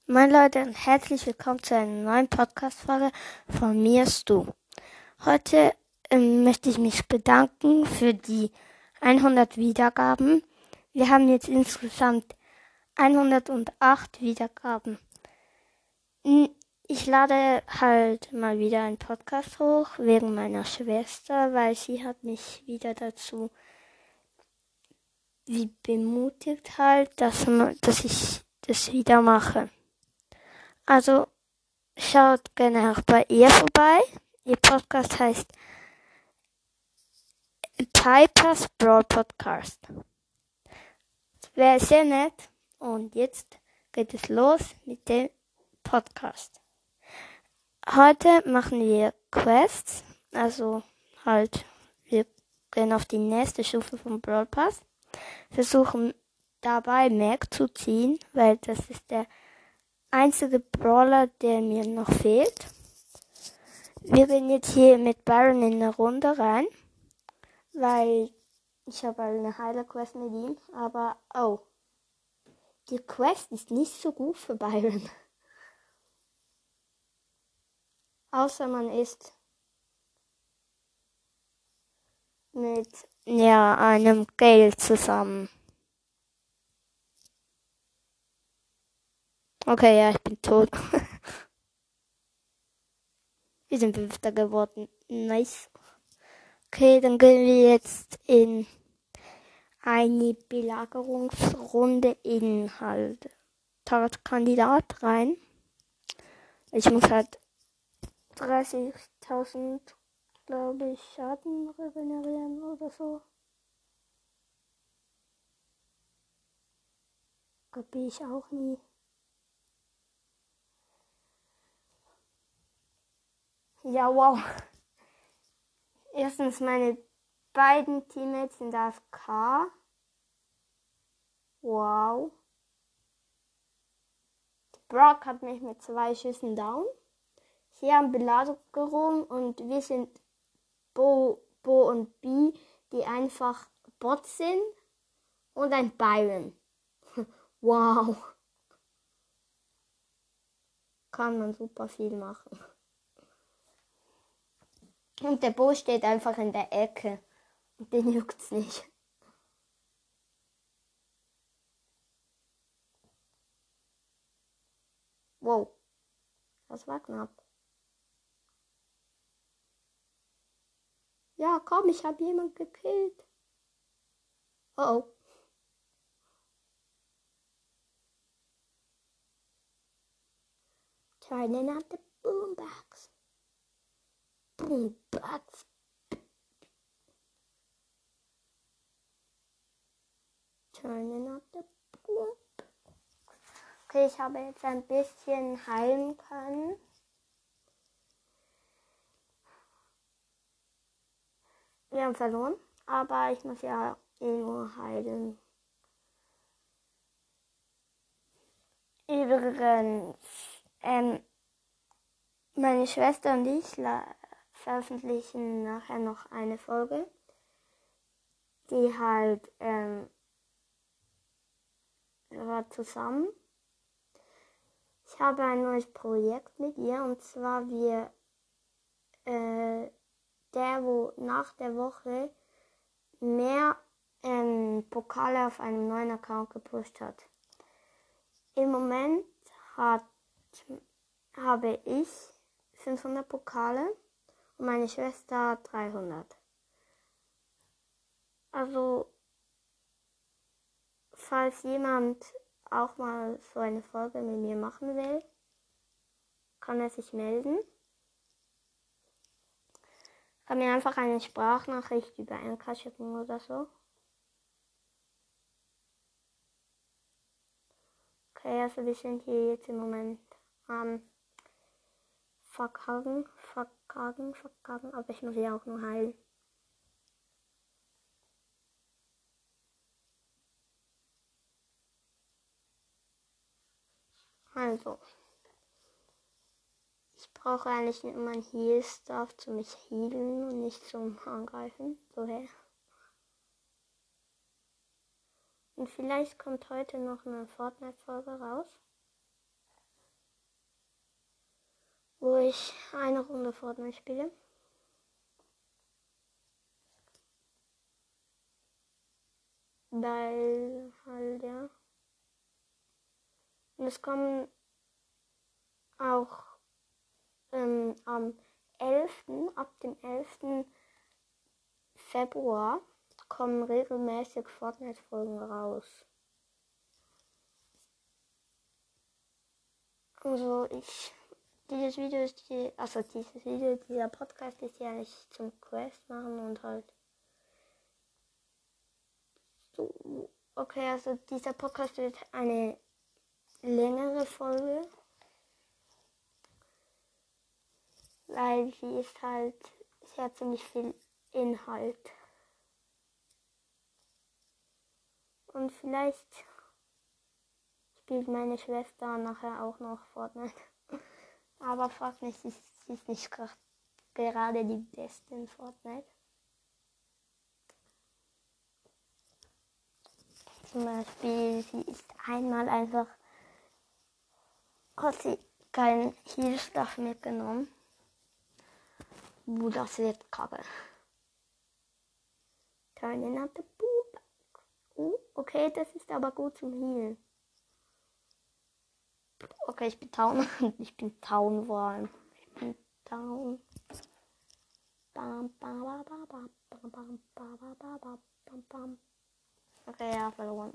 Moin Leute und herzlich willkommen zu einer neuen Podcast-Folge von mir, Stu. Heute möchte ich mich bedanken für die 100 Wiedergaben. Wir haben jetzt insgesamt 108 Wiedergaben. Ich lade halt mal wieder einen Podcast hoch wegen meiner Schwester, weil sie hat mich wieder dazu bemutigt halt, dass ich das wieder mache. Also schaut gerne auch bei ihr vorbei. Ihr Podcast heißt Piper's Brawl Podcast. Wäre sehr nett. Und jetzt geht es los mit dem Podcast. Heute machen wir Quests. Also halt, wir gehen auf die nächste Stufe vom Brawl Pass. Versuchen dabei Mac zu ziehen, weil das ist der einzige Brawler, der mir noch fehlt. Wir gehen jetzt hier mit Byron in eine Runde rein, weil ich habe eine Heiler-Quest mit ihm, aber die Quest ist nicht so gut für Byron. Außer man ist mit einem Gale zusammen. Okay, ja, ich bin tot. Wir sind Fünfter geworden. Nice. Okay, dann gehen wir jetzt in eine Belagerungsrunde in halt Tarotkandidat rein. Ich muss halt 30.000, glaube ich, Schaden regenerieren oder so. Kapiere ich auch nie. Ja, wow. Erstens, meine beiden Teammates sind AFK. Wow. Brock hat mich mit 2 Schüssen down. Sie haben Belagerung und wir sind Bo und B, die einfach Bots sind. Und ein Byron. Wow. Kann man super viel machen. Und der Bo steht einfach in der Ecke. Und den juckt's nicht. Wow. Das war knapp. Ja, komm, ich habe jemand gekillt. Oh. Turning out the boombox. Boombox. Turning out the boom. Okay, ich habe jetzt ein bisschen heilen können. Wir haben verloren, aber ich muss ja nur heilen. Übrigens, meine Schwester und ich veröffentlichen nachher noch eine Folge, die halt war zusammen. Ich habe ein neues Projekt mit ihr und zwar wo nach der Woche mehr Pokale auf einem neuen Account gepusht hat. Im Moment habe ich 500 Pokale und meine Schwester 300. Also, falls jemand auch mal so eine Folge mit mir machen will, kann er sich melden. Kann mir einfach eine Sprachnachricht über Anchor schicken oder so. Okay, also wir sind hier jetzt im Moment am verkacken, aber ich muss ja auch nur heilen. Also, ich brauche eigentlich nur mein Heal-Stuff zu mich healen und nicht zum Angreifen. So her. Und vielleicht kommt heute noch eine Fortnite-Folge raus. wo ich eine Runde Fortnite spiele. Weil halt, ja. Und es kommen auch am 11., ab dem 11. Februar kommen regelmäßig Fortnite-Folgen raus. Also dieser Podcast ist ja nicht zum Quest machen und halt so. Okay, also dieser Podcast wird eine längere Folge, weil sie ist halt, sie hat ziemlich viel Inhalt. Und vielleicht spielt meine Schwester nachher auch noch Fortnite. Aber frag nicht, sie ist nicht gerade die Beste in Fortnite. Zum Beispiel, sie ist einmal einfach, hat sie keinen Heal-Stuff mitgenommen. Das wird kacke. Turning up the poop. Okay, das ist aber gut zum Healen. Okay, ich bin down. Ich bin down worden. Ich bin down. Okay, ja, verloren.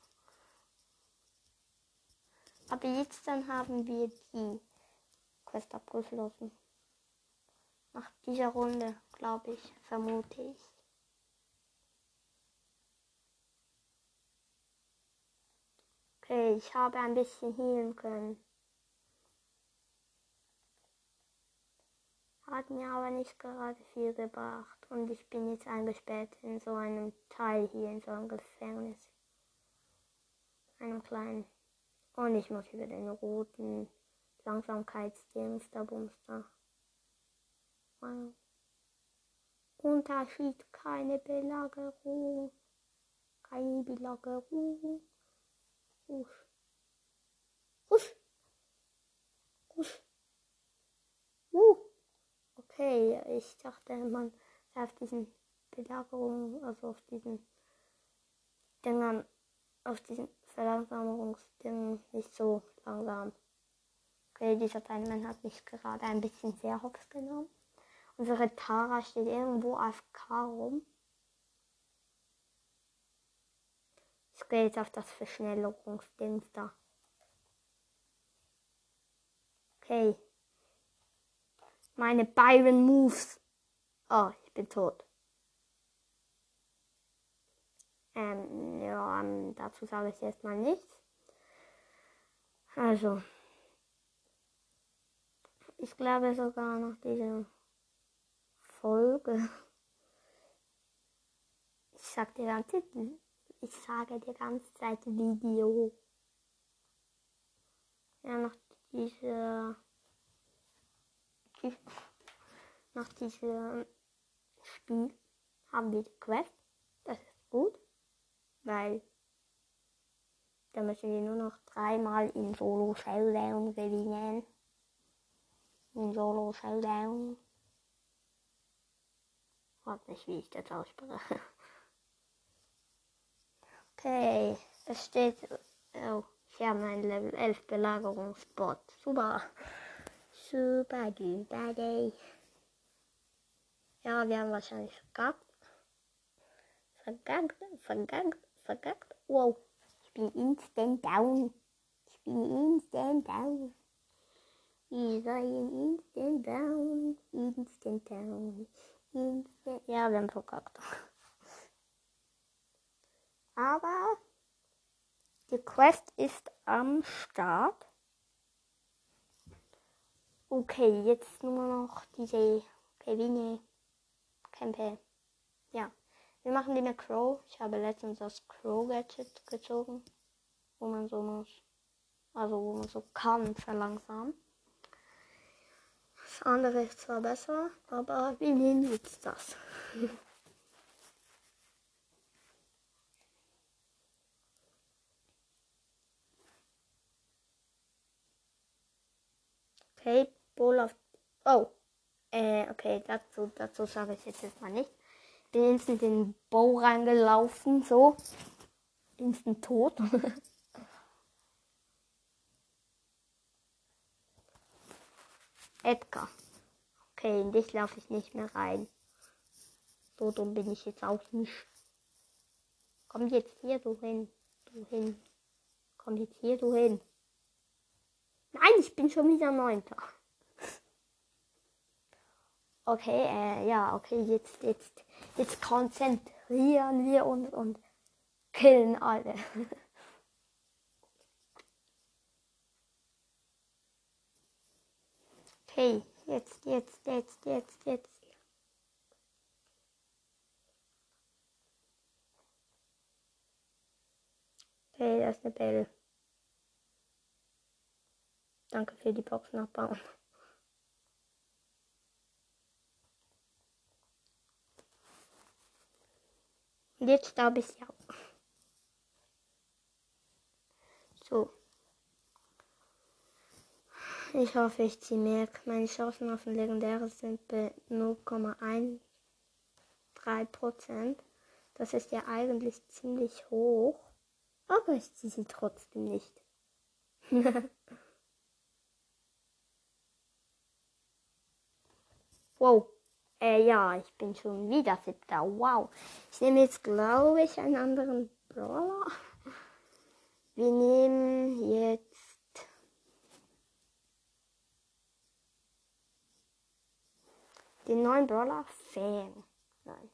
Aber jetzt dann haben wir die Quest abgeschlossen. Nach dieser Runde, glaube ich, vermute ich. Okay, ich habe ein bisschen healen können. Hat mir aber nicht gerade viel gebracht. Und ich bin jetzt eingesperrt in so einem Teil hier, in so einem Gefängnis. Einem kleinen. Und ich muss über den roten Langsamkeitsdings da Bumster. Wow. Unterschied, keine Belagerung. Keine Belagerung. Husch. Husch. Husch. Okay, ich dachte, man darf diesen Belagerungen, also auf diesen Dingern, auf diesen Verlangsamungsdingen nicht so langsam. Okay, dieser Timeline hat mich gerade ein bisschen sehr hops genommen. Unsere Tara steht irgendwo AFK rum. Ich gehe jetzt auf das Verschnellerungsding da. Okay. Meine Byron Moves. Oh, ich bin tot. Dazu sage ich erstmal nichts. Also, ich glaube sogar nach dieser Folge. Ich sage die ganze Zeit Video. Ja, nach diesem Spiel haben wir die Quest. Das ist gut, weil da müssen wir nur noch 3-mal in Solo Showdown gewinnen. In Solo Showdown. Ich weiß nicht, wie ich das ausspreche. Okay, es steht. Oh, ich habe einen Level 11 Belagerungsbot. Super. Super duper day. Ja, wir haben wahrscheinlich verkackt. Verkackt. Wow. Ich bin instant down. Ich sehe instant down. Ja, wir haben verkackt. Aber die Quest ist am Start. Okay, jetzt nur noch diese Kämpfe. Ja, wir machen die mit Crow. Ich habe letztens das Crow-Gadget gezogen, wo man so kann verlangsamen. Das andere ist zwar besser, aber wir nehmen jetzt das. Okay, Bull auf Oh, okay, dazu sage ich jetzt erstmal nicht. Bin instant in den Bow reingelaufen, so. Instant tot. Edgar. Okay, in dich laufe ich nicht mehr rein. So dumm bin ich jetzt auch nicht. Komm jetzt hier, du hin. Du hin. Komm jetzt hier, du hin. Nein, ich bin schon wieder Neunter. Okay, ja, okay, jetzt konzentrieren wir uns und killen alle. Okay, jetzt. Okay, das ist eine Belle. Danke für die Boxen abbauen. Und jetzt sterbe ich ja. So. Ich hoffe, ich ziehe mehr. Meine Chancen auf ein legendäres sind bei 0,13%. Das ist ja eigentlich ziemlich hoch. Aber ich ziehe sie trotzdem nicht. Wow. Ja, ich bin schon wieder 7. Wow. Ich nehme jetzt, glaube ich, einen anderen Brawler. Wir nehmen jetzt den neuen Brawler Fang. Nein.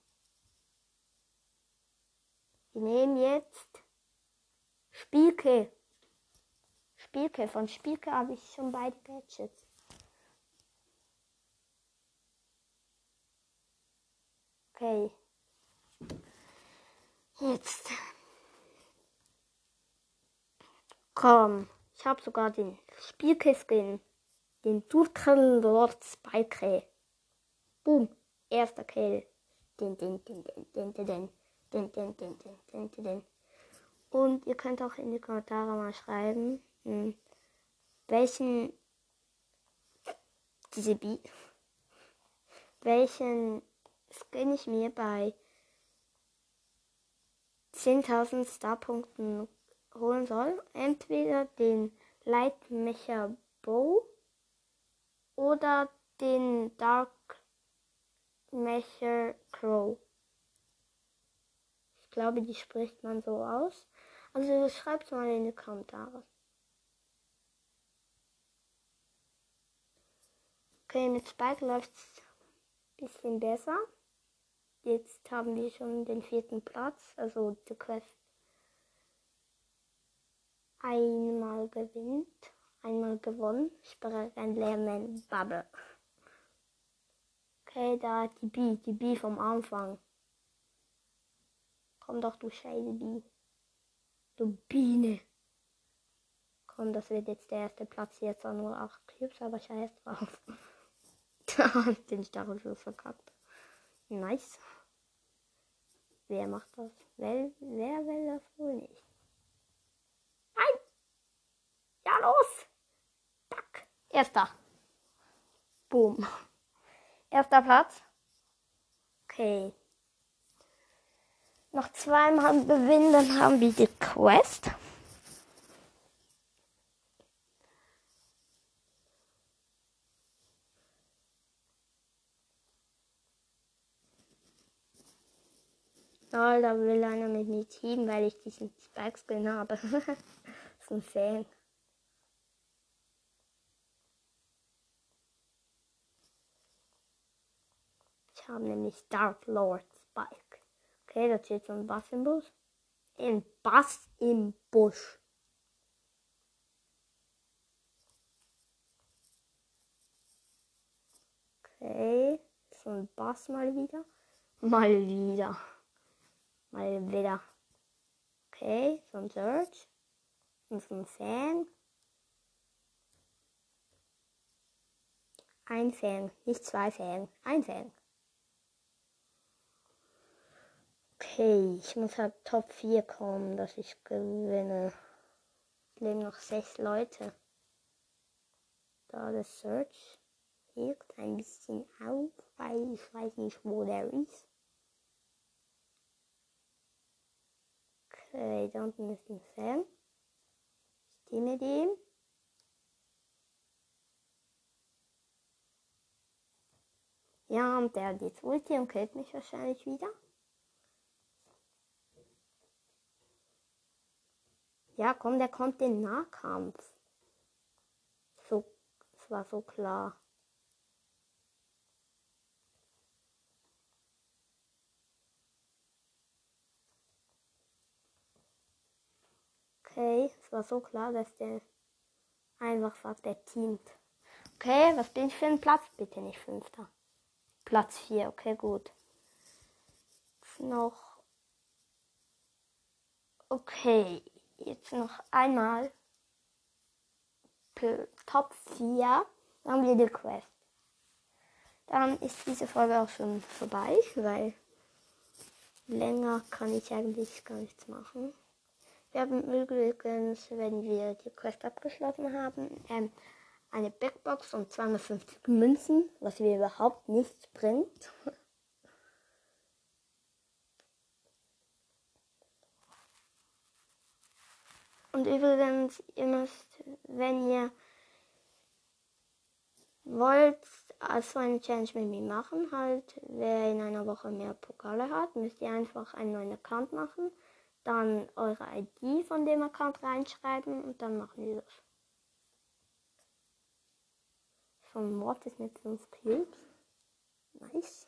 Wir nehmen jetzt Spielke. Von Spielke habe ich schon beide Gadgets. Okay. Jetzt. Komm. Ich habe sogar den Spielke-Skin. Den Durkalord Spike. Boom. Erster Kill. Und ihr könnt auch in die Kommentare mal schreiben, welchen Skin ich mir bei 10.000 Starpunkten holen soll. Entweder den Light Mecha Bow oder den Dark Mecha Crow. Ich glaube, die spricht man so aus. Also schreibt mal in die Kommentare. Okay, mit Spike läuft es ein bisschen besser. Jetzt haben wir schon den 4. Platz, also die Quest einmal gewonnen. Sperre ein Lernen Bubble. Okay, da die B vom Anfang. Komm doch, du scheiße B. Du Biene. Komm, das wird jetzt der erste Platz. Jetzt auch nur 8 Cubes, aber scheiß drauf. Den Stachelschuss verkackt. Nice. Wer macht das? Wer will das wohl nicht? Nein! Ja, los! Tack! Erster. Boom. Erster Platz. Okay. Noch zweimal gewinnen, dann haben wir die Quest. Oh, da will einer mit mir teamen, weil ich diesen Spike-Skin habe. Das ist ein Fan. Ich habe nämlich Dark Lord Spike. Okay, da steht so ein Bass im Busch. Ein Bass im Busch. Okay, so ein Bass mal wieder. Mal wieder. Okay, so ein Search. Und so ein Fan. Ein Fan, nicht 2 Fan. Ein Fan. Okay, ich muss halt Top 4 kommen, dass ich gewinne. Es leben noch 6 Leute. Da das Search. wirkt ein bisschen auf, weil ich weiß nicht, wo der ist. Okay, da unten ist ein Sam. Ich stehe mit ihm. Ja, und der hat jetzt Ulti und killt mich wahrscheinlich wieder. Ja, komm, der kommt in Nahkampf. So, es war so klar. Okay, es war so klar, dass der einfach sagt, der teamt. Okay, was bin ich für ein Platz? Bitte nicht 5. Platz 4, okay, gut. Jetzt noch. Okay, jetzt noch einmal. Top 4. Dann haben wir die Quest. Dann ist diese Folge auch schon vorbei, weil länger kann ich eigentlich gar nichts machen. Wir haben übrigens, wenn wir die Quest abgeschlossen haben, eine Big Box und 250 Münzen, was mir überhaupt nichts bringt. Und übrigens, ihr müsst, wenn ihr wollt, also eine Challenge mit mir machen, halt, wer in einer Woche mehr Pokale hat, müsst ihr einfach einen neuen Account machen, dann eure ID von dem Account reinschreiben und dann machen wir das. Von Mortis mit 5 Cubes. Nice.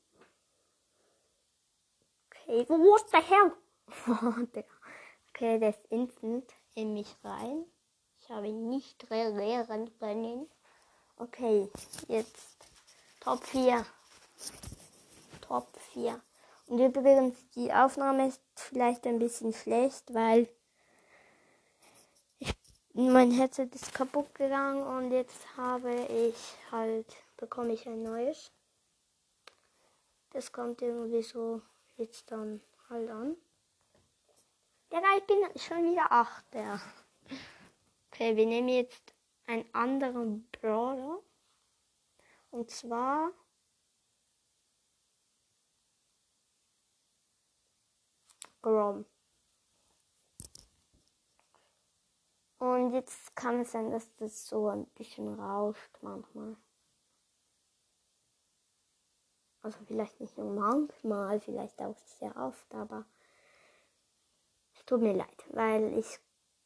Okay, what the hell? Okay, der ist instant in mich rein. Ich habe ihn nicht reagieren können. Okay, jetzt Top 4. Top 4. Und übrigens, die Aufnahme ist vielleicht ein bisschen schlecht, weil mein Headset ist kaputt gegangen und jetzt bekomme ich ein neues. Das kommt irgendwie so jetzt dann halt an. Ja, ich bin schon wieder 8. Okay, wir nehmen jetzt einen anderen Brawler. Und zwar Grom. Und jetzt kann es sein, dass das so ein bisschen rauscht manchmal. Also vielleicht nicht nur manchmal, vielleicht auch sehr oft, aber es tut mir leid, weil ich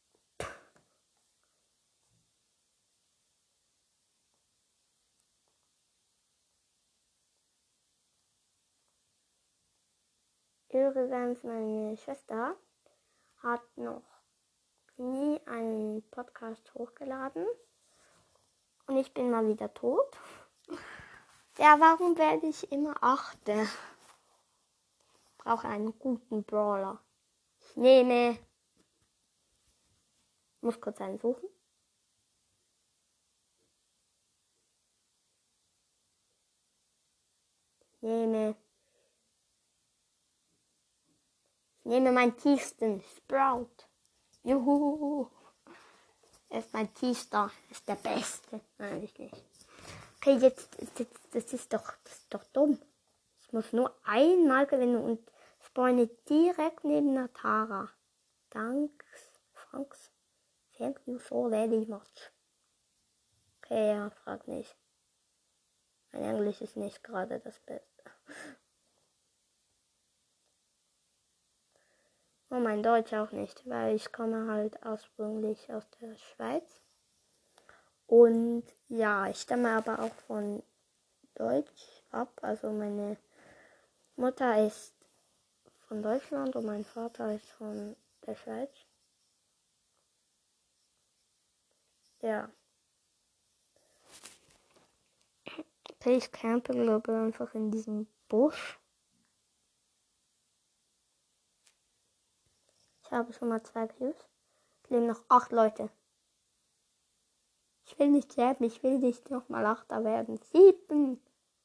übrigens meine Schwester hat noch nie einen Podcast hochgeladen und ich bin mal wieder tot. Ja, warum werde ich immer 8? Brauche einen guten Brawler. Ich nehme. Muss kurz einen suchen. Ich nehme meinen tiefsten Sprout. Juhu. Er ist mein tiefster. Ist der Beste. Nein, ich nicht. Okay, jetzt, das ist doch dumm. Ich muss nur einmal gewinnen und spawne direkt neben der Tara. Thanks. Thank you so very much. Okay, ja, frag nicht. Mein Englisch ist nicht gerade das Beste. Und mein Deutsch auch nicht, weil ich komme halt ursprünglich aus der Schweiz. Und ja, ich stamme aber auch von Deutsch ab. Also meine Mutter ist von Deutschland und mein Vater ist von der Schweiz. Ja. Okay, ich campe, glaube ich, einfach in diesem Busch. Ich habe schon mal 2 Cubes. Es leben noch 8 Leute. Ich will nicht sterben, ich will nicht nochmal 8er werden. 7.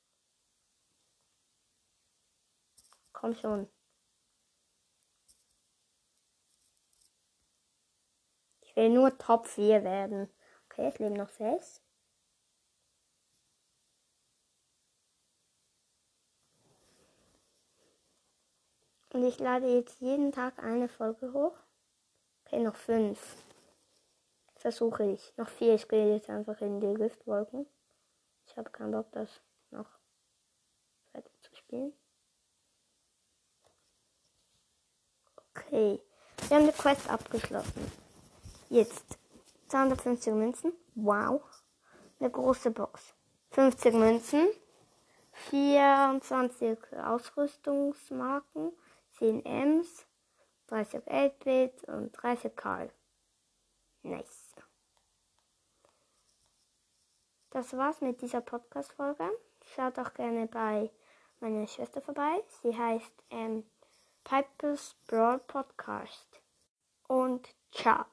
Komm schon. Ich will nur Top 4 werden. Okay, es leben noch 6. Und ich lade jetzt jeden Tag eine Folge hoch. Okay, noch 5. Versuche ich. Noch 4. Ich gehe jetzt einfach in die Riftwolken. Ich habe keinen Bock, das noch weiter zu spielen. Okay. Wir haben die Quest abgeschlossen. Jetzt 250 Münzen. Wow. Eine große Box. 50 Münzen. 24 Ausrüstungsmarken. 10 Ms. 30 8-Bit und 30 Karl. Nice. Das war's mit dieser Podcast-Folge. Schaut auch gerne bei meiner Schwester vorbei. Sie heißt Piper's Brawl Podcast. Und ciao.